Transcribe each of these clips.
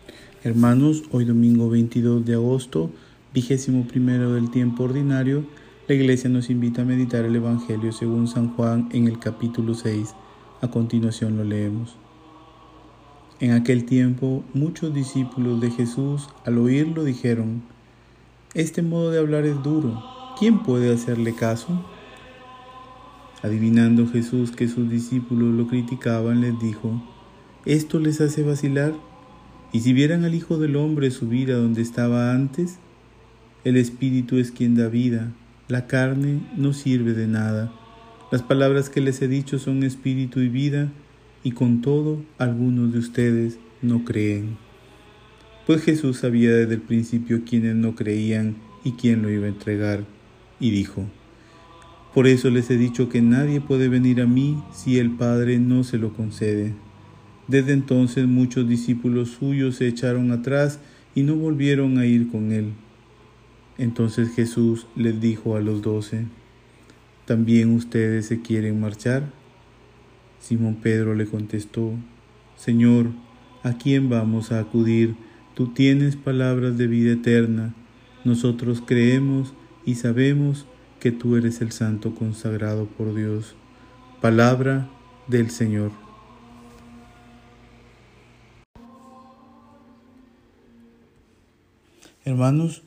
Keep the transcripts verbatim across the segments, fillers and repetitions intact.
Hermanos, hoy domingo veintidós de agosto, vigésimo primero del tiempo ordinario, la Iglesia nos invita a meditar el Evangelio según San Juan en el capítulo seis. A continuación lo leemos. En aquel tiempo, muchos discípulos de Jesús, al oírlo, dijeron: «Este modo de hablar es duro. ¿Quién puede hacerle caso?». Adivinando Jesús que sus discípulos lo criticaban, les dijo: «¿Esto les hace vacilar? Y si vieran al Hijo del Hombre subir a donde estaba antes, el Espíritu es quien da vida, la carne no sirve de nada. Las palabras que les he dicho son espíritu y vida, y con todo algunos de ustedes no creen». Pues Jesús sabía desde el principio quiénes no creían y quién lo iba a entregar, y dijo: «Por eso les he dicho que nadie puede venir a mí si el Padre no se lo concede». Desde entonces muchos discípulos suyos se echaron atrás y no volvieron a ir con él. Entonces Jesús les dijo a los doce: «¿También ustedes se quieren marchar?». Simón Pedro le contestó: «Señor, ¿a quién vamos a acudir? Tú tienes palabras de vida eterna. Nosotros creemos y sabemos que tú eres el Santo consagrado por Dios». Palabra del Señor. Hermanos,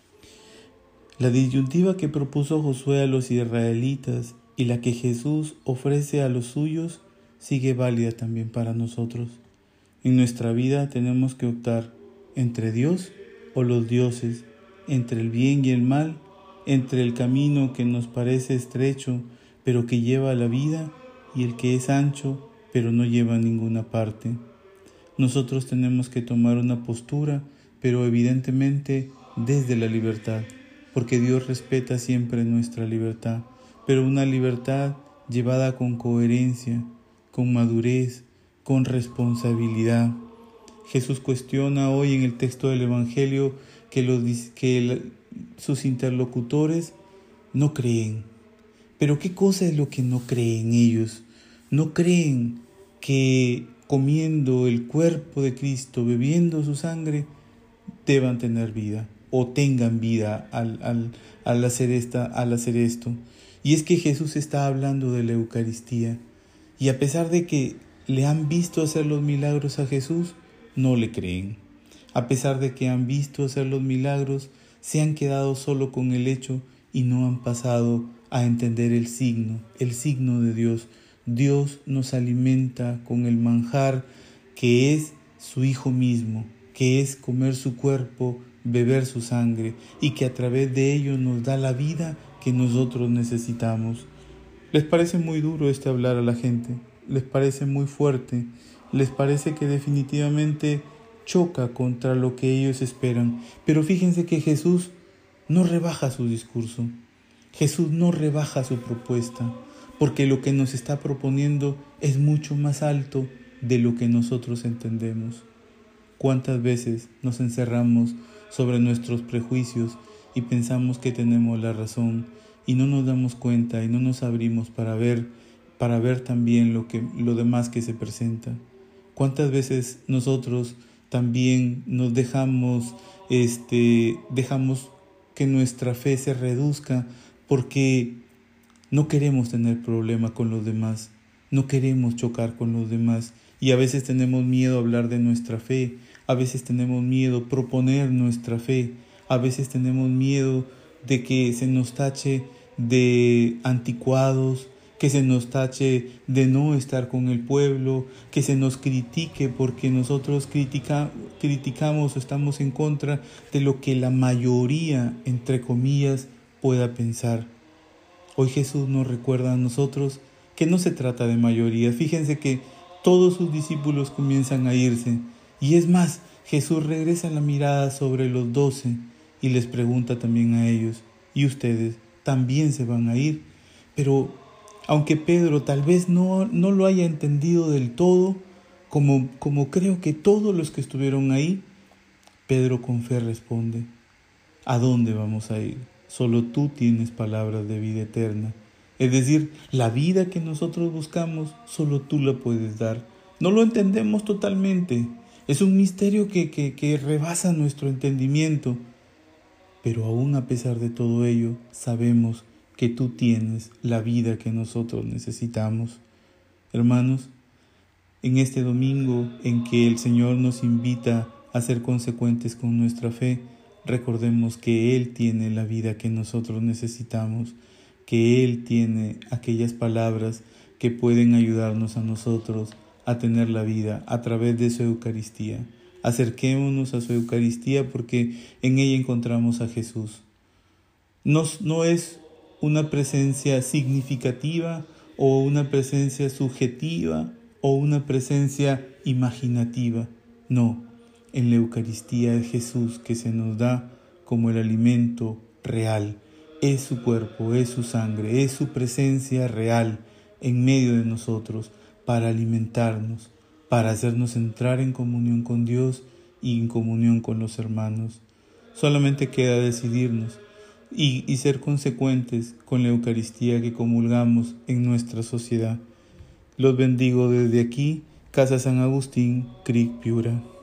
la disyuntiva que propuso Josué a los israelitas y la que Jesús ofrece a los suyos sigue válida también para nosotros. En nuestra vida tenemos que optar entre Dios o los dioses, entre el bien y el mal, entre el camino que nos parece estrecho pero que lleva a la vida y el que es ancho pero no lleva a ninguna parte. Nosotros tenemos que tomar una postura, pero evidentemente desde la libertad, porque Dios respeta siempre nuestra libertad, pero una libertad llevada con coherencia, con madurez, con responsabilidad. Jesús cuestiona hoy en el texto del Evangelio que, los, que el, sus interlocutores no creen. Pero ¿qué cosa es lo que no creen ellos? No creen que comiendo el cuerpo de Cristo, bebiendo su sangre, deban tener vida o tengan vida al, al, al, hacer esta, al hacer esto. Y es que Jesús está hablando de la Eucaristía, y a pesar de que le han visto hacer los milagros a Jesús, no le creen. A pesar de que han visto hacer los milagros, se han quedado solo con el hecho y no han pasado a entender el signo, el signo de Dios. Dios nos alimenta con el manjar que es su Hijo mismo, que es comer su cuerpo, beber su sangre, y que a través de ello nos da la vida que nosotros necesitamos. ¿Les parece muy duro este hablar a la gente? ¿Les parece muy fuerte? ¿Les parece que definitivamente choca contra lo que ellos esperan? Pero fíjense que Jesús no rebaja su discurso. Jesús no rebaja su propuesta, porque lo que nos está proponiendo es mucho más alto de lo que nosotros entendemos. ¿Cuántas veces nos encerramos sobre nuestros prejuicios y pensamos que tenemos la razón y no nos damos cuenta y no nos abrimos para ver, para ver también lo que, lo demás que se presenta? ¿Cuántas veces nosotros también nos dejamos, este, dejamos que nuestra fe se reduzca porque no queremos tener problema con los demás, no queremos chocar con los demás, y a veces tenemos miedo a hablar de nuestra fe, a veces tenemos miedo a proponer nuestra fe, a veces tenemos miedo de que se nos tache de anticuados, que se nos tache de no estar con el pueblo, que se nos critique porque nosotros critica, criticamos o estamos en contra de lo que la mayoría, entre comillas, pueda pensar. Hoy Jesús nos recuerda a nosotros que no se trata de mayoría. Fíjense que todos sus discípulos comienzan a irse. Y es más, Jesús regresa la mirada sobre los doce y les pregunta también a ellos: ¿y ustedes también se van a ir? Pero aunque Pedro tal vez no, no lo haya entendido del todo, como, como creo que todos los que estuvieron ahí, Pedro con fe responde: ¿a dónde vamos a ir? Solo tú tienes palabras de vida eterna. Es decir, la vida que nosotros buscamos, solo tú la puedes dar. No lo entendemos totalmente, Es un misterio que, que, que rebasa nuestro entendimiento, pero aún a pesar de todo ello, sabemos que tú tienes la vida que nosotros necesitamos. Hermanos, en este domingo en que el Señor nos invita a ser consecuentes con nuestra fe, recordemos que Él tiene la vida que nosotros necesitamos, que Él tiene aquellas palabras que pueden ayudarnos a nosotros a tener la vida a través de su Eucaristía. Acerquémonos a su Eucaristía porque en ella encontramos a Jesús. No, no es una presencia significativa o una presencia subjetiva o una presencia imaginativa. No, en la Eucaristía es Jesús que se nos da como el alimento real. Es su cuerpo, es su sangre, es su presencia real en medio de nosotros para alimentarnos, para hacernos entrar en comunión con Dios y en comunión con los hermanos. Solamente queda decidirnos y, y ser consecuentes con la Eucaristía que comulgamos en nuestra sociedad. Los bendigo desde aquí, Casa San Agustín, Cric Piura.